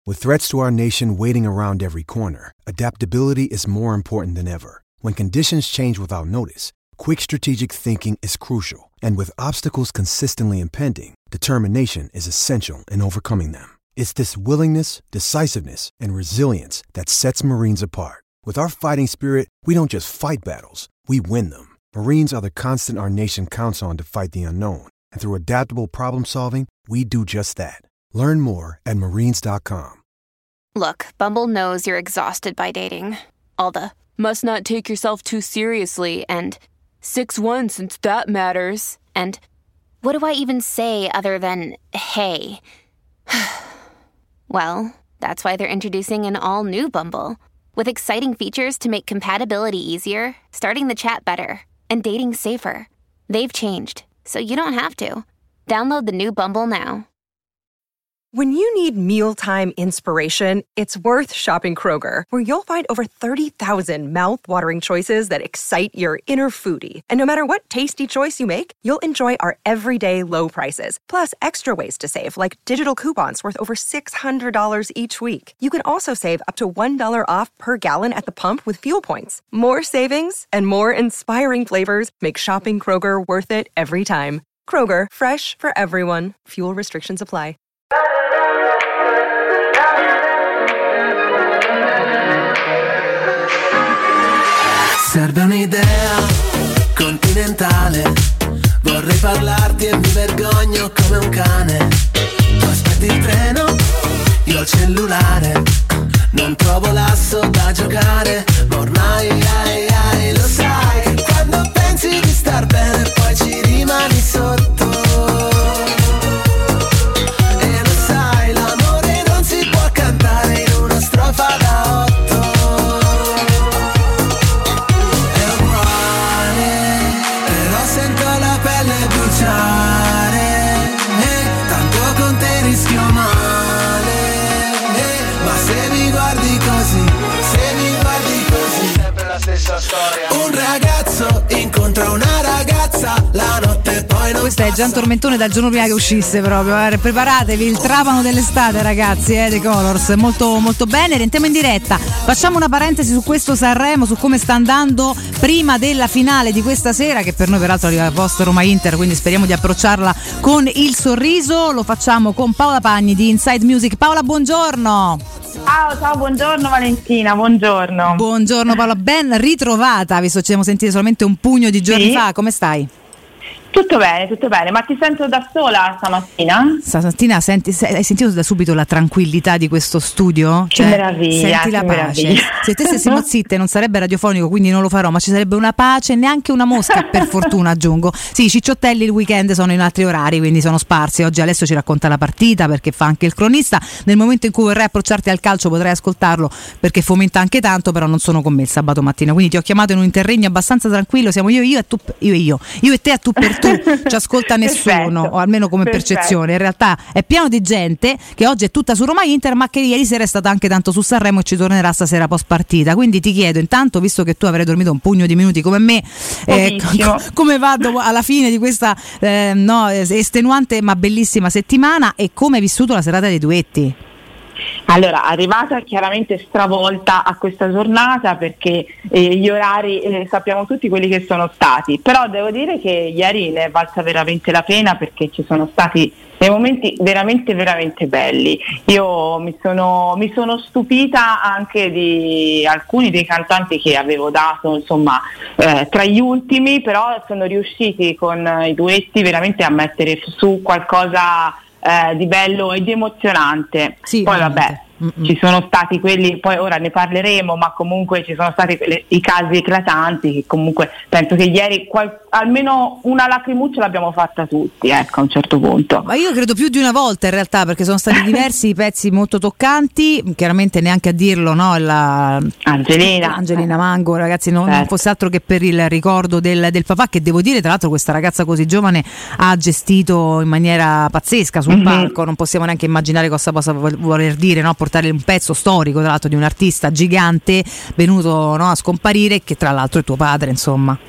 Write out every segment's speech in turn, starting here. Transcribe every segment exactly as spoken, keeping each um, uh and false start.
With threats to our nation waiting around every corner, adaptability is more important than ever. When conditions change without notice, quick strategic thinking is crucial. And with obstacles consistently impending, determination is essential in overcoming them. It's this willingness, decisiveness, and resilience that sets Marines apart. With our fighting spirit, we don't just fight battles, we win them. Marines are the constant our nation counts on to fight the unknown. And through adaptable problem solving, we do just that. Learn more at marines dot com. Look, Bumble knows you're exhausted by dating. All the must not take yourself too seriously and six one since that matters. And what do I even say other than hey? Well, that's why they're introducing an all-new Bumble. With exciting features to make compatibility easier, starting the chat better, and dating safer. They've changed, so you don't have to. Download the new Bumble now. When you need mealtime inspiration, it's worth shopping Kroger, where you'll find over thirty thousand mouth-watering choices that excite your inner foodie. And no matter what tasty choice you make, you'll enjoy our everyday low prices, plus extra ways to save, like digital coupons worth over six hundred dollars each week. You can also save up to one dollar off per gallon at the pump with fuel points. More savings and more inspiring flavors make shopping Kroger worth it every time. Kroger, fresh for everyone. Fuel restrictions apply. Serve un'idea continentale. Vorrei parlarti e mi vergogno come un cane. Tu aspetti il treno, io il cellulare. Non trovo l'asso da giocare, ma ormai ai, ai, lo sai che quando pensi di star bene poi ci rimani sotto. E lo sai, l'amore non si può cantare in una strofa da otto. Un ragazzo incontra una ragazza la notte poi non. Questo è Gian Tormentone dal giorno prima che uscisse proprio. Eh. Preparatevi, il trapano dell'estate, ragazzi, eh, The Colors. Molto molto bene, rientriamo in diretta. Facciamo una parentesi su questo Sanremo, su come sta andando prima della finale di questa sera, che per noi peraltro arriva post Roma Inter, quindi speriamo di approcciarla con il sorriso. Lo facciamo con Paola Pagni di Inside Music. Paola, buongiorno. Ciao, ciao, buongiorno Valentina, buongiorno. Buongiorno Paola, ben ritrovata, visto che ci siamo sentiti solamente un pugno di giorni sì. fa, come stai? Tutto bene, tutto bene, ma ti sento da sola stamattina? Stamattina senti, hai sentito da subito la tranquillità di questo studio? Che cioè, meraviglia, senti la che pace. Meraviglia. Se te stessimo zitte non sarebbe radiofonico, quindi non lo farò, ma ci sarebbe una pace, neanche una mosca per fortuna aggiungo. Sì, i cicciottelli il weekend sono in altri orari, quindi sono sparsi. Oggi Alessio ci racconta la partita perché fa anche il cronista. Nel momento in cui vorrai approcciarti al calcio potrai ascoltarlo perché fomenta anche tanto, però non sono con me il sabato mattina, quindi ti ho chiamato in un interregno abbastanza tranquillo, siamo io, io e tu, io e io, io e te a tu per tu. Ci ascolta nessuno, perfetto, o almeno come perfetto. Percezione. In realtà è pieno di gente che oggi è tutta su Roma Inter, ma che ieri sera è stata anche tanto su Sanremo e ci tornerà stasera post partita. Quindi ti chiedo intanto, visto che tu avrai dormito un pugno di minuti come me, eh, co- come va alla fine di questa eh, no, estenuante ma bellissima settimana e come hai vissuto la serata dei duetti? Allora, arrivata chiaramente stravolta a questa giornata perché eh, gli orari eh, sappiamo tutti quelli che sono stati, però devo dire che ieri ne è valsa veramente la pena perché ci sono stati dei momenti veramente veramente belli. Io mi sono, mi sono stupita anche di alcuni dei cantanti che avevo dato insomma eh, tra gli ultimi, però sono riusciti con i duetti veramente a mettere su qualcosa Eh, di bello e di emozionante. Sì, poi veramente. Vabbè, Mm-mm. ci sono stati quelli, poi ora ne parleremo, ma comunque ci sono stati quelli, i casi eclatanti che comunque penso che ieri qual- almeno una lacrimuccia l'abbiamo fatta tutti, ecco, a un certo punto. Ma io credo più di una volta in realtà, perché sono stati diversi pezzi molto toccanti, chiaramente neanche a dirlo, no? La... Angelina Angelina Mango, ragazzi, non, certo. non fosse altro che per il ricordo del, del papà, che devo dire tra l'altro questa ragazza così giovane ha gestito in maniera pazzesca sul mm-hmm. palco, non possiamo neanche immaginare cosa possa voler dire, no? Portare un pezzo storico tra l'altro di un artista gigante venuto, no, a scomparire, che tra l'altro è tuo padre, insomma.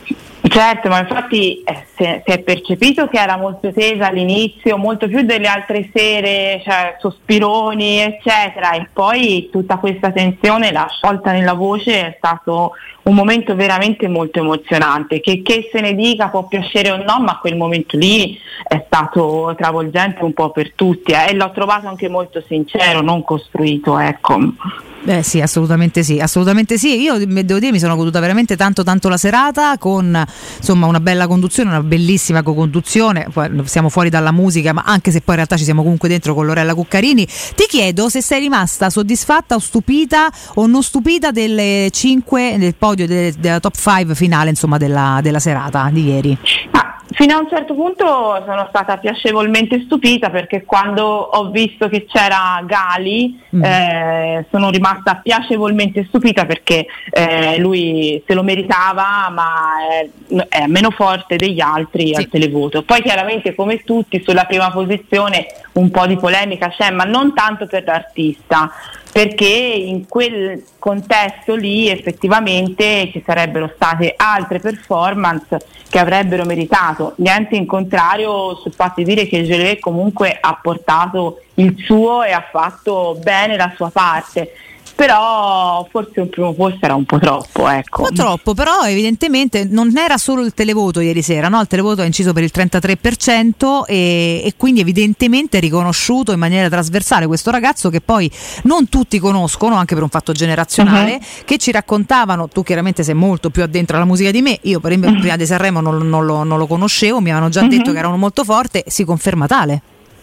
Certo, ma infatti eh, si, è, si è percepito che era molto tesa all'inizio, molto più delle altre sere, cioè sospironi eccetera, e poi tutta questa tensione, la sciolta nella voce è stato un momento veramente molto emozionante, che, che se ne dica può piacere o no, ma quel momento lì è stato travolgente un po' per tutti eh, e l'ho trovato anche molto sincero, non costruito, ecco. Eh sì, assolutamente sì, assolutamente sì. Io devo dire mi sono goduta veramente tanto tanto la serata con insomma una bella conduzione, una bellissima co-conduzione. Poi siamo fuori dalla musica, ma anche se poi in realtà ci siamo comunque dentro con Lorella Cuccarini. Ti chiedo se sei rimasta soddisfatta o stupita o non stupita delle cinque del podio de, della top cinque finale, insomma, della, della serata di ieri. Ah. Fino a un certo punto sono stata piacevolmente stupita, perché quando ho visto che c'era Gali mm. eh, sono rimasta piacevolmente stupita, perché eh, lui se lo meritava, ma è, è meno forte degli altri sì. al televoto. Poi chiaramente, come tutti, sulla prima posizione un po' di polemica c'è, ma non tanto per l'artista, perché in quel contesto lì effettivamente ci sarebbero state altre performance che avrebbero meritato, niente in contrario sul fatto di dire che Gelee comunque ha portato il suo e ha fatto bene la sua parte. Però forse un primo posto era un po' troppo, ecco. Un po' troppo, però evidentemente non era solo il televoto ieri sera, no? Il televoto ha inciso per il trentatré per cento e, e quindi evidentemente è riconosciuto in maniera trasversale questo ragazzo che poi non tutti conoscono, anche per un fatto generazionale, uh-huh. che ci raccontavano, tu chiaramente sei molto più addentro alla musica di me, io per esempio uh-huh. prima di Sanremo non, non, lo, non lo conoscevo, mi avevano già uh-huh. detto che era uno molto forte, si conferma tale.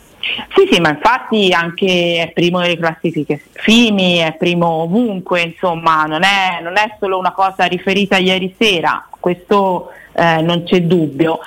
Sì, sì, ma infatti anche è primo nelle classifiche Fimi, è primo ovunque, insomma, non è, non è solo una cosa riferita a ieri sera, questo eh, non c'è dubbio.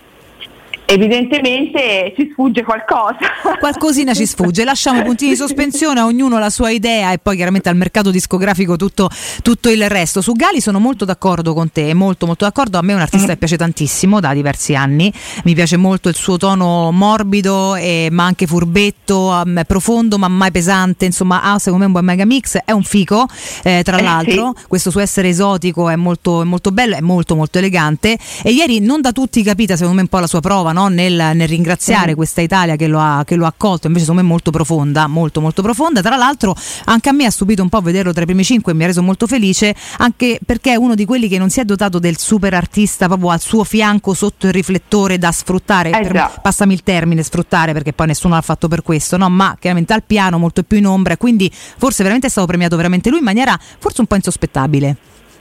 Evidentemente ci sfugge qualcosa. Qualcosina ci sfugge, lasciamo i puntini di sospensione, a ognuno la sua idea e poi chiaramente al mercato discografico tutto, tutto il resto. Su Gali sono molto d'accordo con te, molto molto d'accordo, a me è un artista che piace tantissimo da diversi anni, mi piace molto il suo tono morbido eh, ma anche furbetto, um, profondo ma mai pesante, insomma ha secondo me un buon mega mix, è un fico eh, tra l'altro, sì. Questo suo essere esotico è molto, molto bello, è molto molto elegante e ieri non da tutti capita secondo me un po' la sua prova, no? Nel, nel ringraziare mm. questa Italia che lo ha che lo ha accolto, invece secondo me molto profonda, molto molto profonda. Tra l'altro anche a me ha stupito un po' vederlo tra i primi cinque e mi ha reso molto felice, anche perché è uno di quelli che non si è dotato del super artista proprio al suo fianco sotto il riflettore da sfruttare, eh per, passami il termine sfruttare perché poi nessuno l'ha fatto per questo, no? Ma chiaramente al piano molto più in ombra, quindi forse veramente è stato premiato veramente lui in maniera forse un po' insospettabile.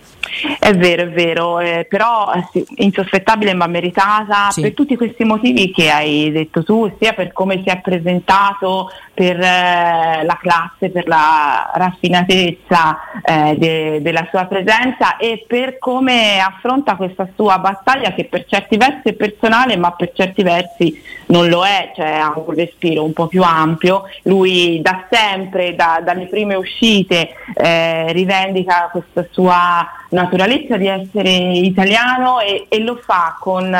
È vero, è vero, eh, però sì, insospettabile ma meritata sì. Per tutti questi motivi che hai detto tu, sia per come si è presentato, per eh, la classe, per la raffinatezza eh, de- della sua presenza e per come affronta questa sua battaglia che per certi versi è personale ma per certi versi non lo è, cioè ha un respiro un po' più ampio. Lui da sempre, da, dalle prime uscite eh, rivendica questa sua naturalezza di essere italiano e, e lo fa con,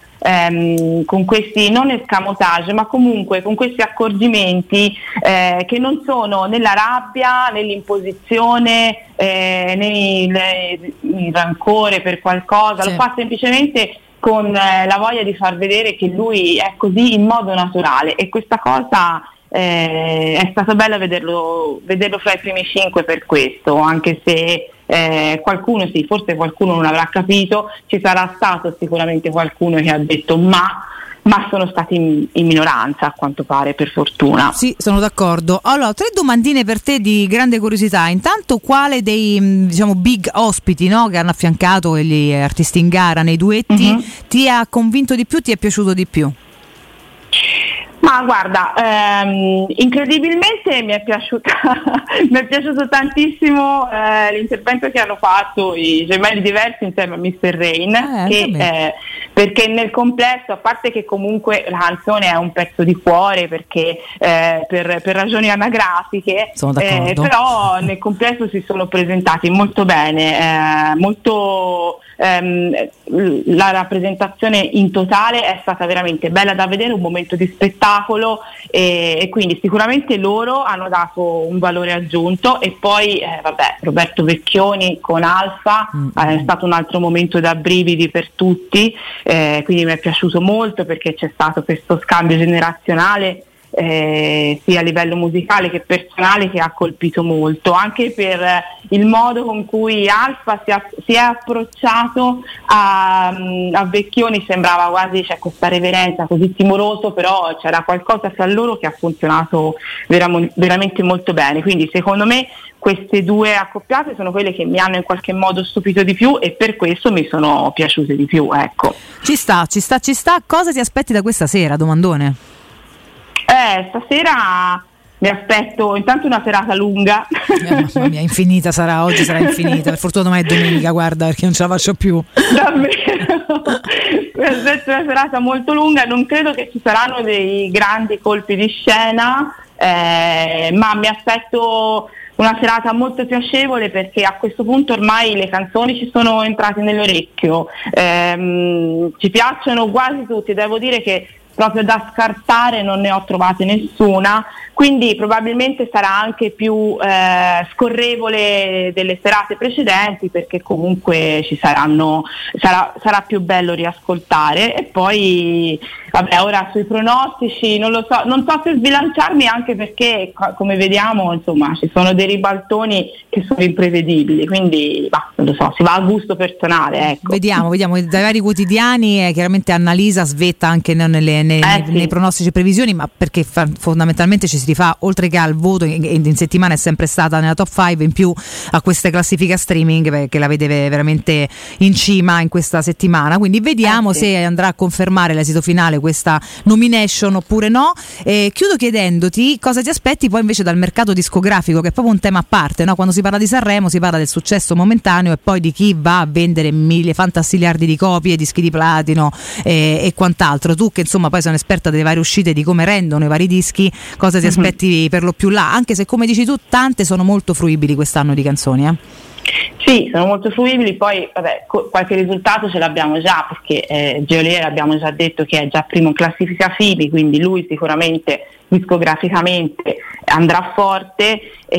ehm, con questi non escamotage ma comunque con questi accorgimenti eh, che non sono nella rabbia, nell'imposizione, eh, nel, nel rancore per qualcosa, sì. Lo fa semplicemente con eh, la voglia di far vedere che lui è così in modo naturale e questa cosa eh, è stato bello vederlo, vederlo fra i primi cinque per questo, anche se Eh, qualcuno sì, forse qualcuno non avrà capito, ci sarà stato sicuramente qualcuno che ha detto ma ma sono stati in, in minoranza a quanto pare, per fortuna. Sì, sono d'accordo. Allora, tre domandine per te di grande curiosità. Intanto, quale dei diciamo big ospiti, no, che hanno affiancato gli artisti in gara nei duetti uh-huh. ti ha convinto di più, ti è piaciuto di più? Ma guarda, ehm, incredibilmente mi è piaciuta mi è piaciuto tantissimo eh, l'intervento che hanno fatto i gemelli diversi insieme a mister Rain, eh, che, eh, perché nel complesso, a parte che comunque la canzone è un pezzo di cuore perché eh, per, per ragioni anagrafiche, eh, però nel complesso si sono presentati molto bene, eh, molto ehm, la rappresentazione in totale è stata veramente bella da vedere, un momento di spettacolo, e, e quindi sicuramente loro hanno dato un valore aggiunto. E poi eh, vabbè, Roberto Vecchioni con Alfa mm-hmm. è stato un altro momento da brividi per tutti, eh, quindi mi è piaciuto molto perché c'è stato questo scambio generazionale, Eh, sia a livello musicale che personale, che ha colpito molto, anche per il modo con cui Alfa si, ha, si è approcciato a, a Vecchioni. Sembrava quasi, c'è questa reverenza, così timoroso, però c'era qualcosa fra loro che ha funzionato veram- veramente molto bene. Quindi secondo me queste due accoppiate sono quelle che mi hanno in qualche modo stupito di più, e per questo mi sono piaciute di più, ecco. Ci sta, ci sta, ci sta. Cosa ti aspetti da questa sera, domandone? Eh, stasera mi aspetto intanto una serata lunga. Eh, mamma mia, infinita sarà, oggi sarà infinita. Per fortuna domani è domenica, guarda, perché non ce la faccio più. Davvero. Mi aspetto una serata molto lunga, non credo che ci saranno dei grandi colpi di scena, eh, ma mi aspetto una serata molto piacevole, perché a questo punto ormai le canzoni ci sono entrate nell'orecchio, eh, ci piacciono quasi tutti, devo dire che proprio da scartare non ne ho trovate nessuna, quindi probabilmente sarà anche più eh, scorrevole delle serate precedenti, perché comunque ci saranno, sarà, sarà più bello riascoltare. E poi vabbè, ora sui pronostici non lo so, non so se sbilanciarmi, anche perché come vediamo insomma ci sono dei ribaltoni che sono imprevedibili, quindi bah, non lo so, si va a gusto personale, ecco. Vediamo, vediamo dai vari quotidiani, eh, chiaramente Annalisa svetta anche nelle Nei, eh, sì. nei pronostici e previsioni, ma perché fa, fondamentalmente ci si rifà, oltre che al voto, in, in settimana è sempre stata nella top cinque, in più a queste classifiche streaming, perché la vede veramente in cima in questa settimana, quindi vediamo eh, sì. se andrà a confermare l'esito finale questa nomination oppure no. E chiudo chiedendoti cosa ti aspetti poi invece dal mercato discografico, che è proprio un tema a parte, no? Quando si parla di Sanremo si parla del successo momentaneo e poi di chi va a vendere mille fantastigliardi di copie, dischi di platino e, e quant'altro. Tu che insomma poi sono esperta delle varie uscite, di come rendono i vari dischi, cosa ti aspetti mm-hmm. per lo più là, anche se come dici tu tante sono molto fruibili quest'anno di canzoni, eh? Sì, sono molto fruibili, poi vabbè, co- qualche risultato ce l'abbiamo già, perché eh, Geolier abbiamo già detto che è già primo in classifica F I B I, quindi lui sicuramente discograficamente andrà forte.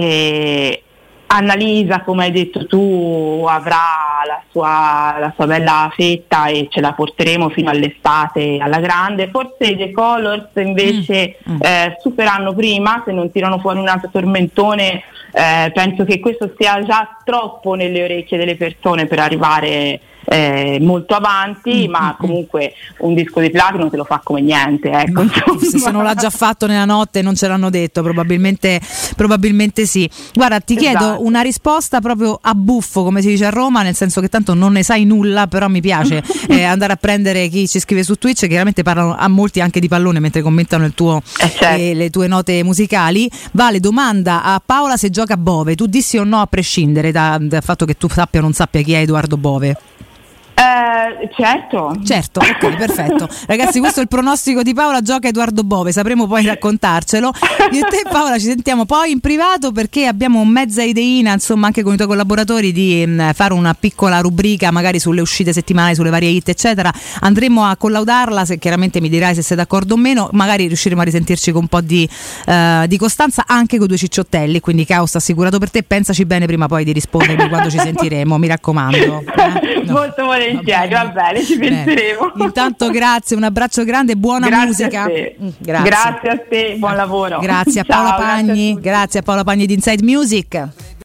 eh, Annalisa, come hai detto tu, avrà la sua, la sua bella fetta e ce la porteremo fino all'estate alla grande. Forse i The Colors invece mm. eh, superanno prima, se non tirano fuori un altro tormentone. Eh, penso che questo sia già troppo nelle orecchie delle persone per arrivare eh, molto avanti, mm, ma comunque un disco di platino te lo fa come niente, ecco. Se, se non l'ha già fatto nella notte non ce l'hanno detto, probabilmente, probabilmente sì. Guarda, ti chiedo esatto. una risposta proprio a buffo, come si dice a Roma, nel senso che tanto non ne sai nulla, però mi piace eh, andare a prendere chi ci scrive su Twitch, che chiaramente parlano a molti anche di pallone mentre commentano il tuo, eh certo. eh, le tue note musicali. Vale, domanda a Paola se gioca a Bove, tu dissi o no a prescindere da, dal fatto che tu sappia o non sappia chi è Edoardo Bove? Eh, certo certo ok, perfetto. Ragazzi, questo è il pronostico di Paola, gioca Edoardo Bove, sapremo poi raccontarcelo. Io e te, Paola, ci sentiamo poi in privato, perché abbiamo mezza ideina, insomma, anche con i tuoi collaboratori, di mh, fare una piccola rubrica magari sulle uscite settimanali, sulle varie hit eccetera. Andremo a collaudarla, se chiaramente mi dirai se sei d'accordo o meno, magari riusciremo a risentirci con un po' di, uh, di costanza, anche con due cicciottelli, quindi caos assicurato per te. Pensaci bene prima poi di rispondermi quando ci sentiremo, mi raccomando. Eh? No. Molto volentieri, va bene, va bene, ci penseremo. Intanto grazie, un abbraccio grande, buona grazie musica. A te. Grazie. Grazie a te, buon lavoro. Grazie a Paola Ciao, Pagni, grazie a, grazie a Paola Pagni di Inside Music.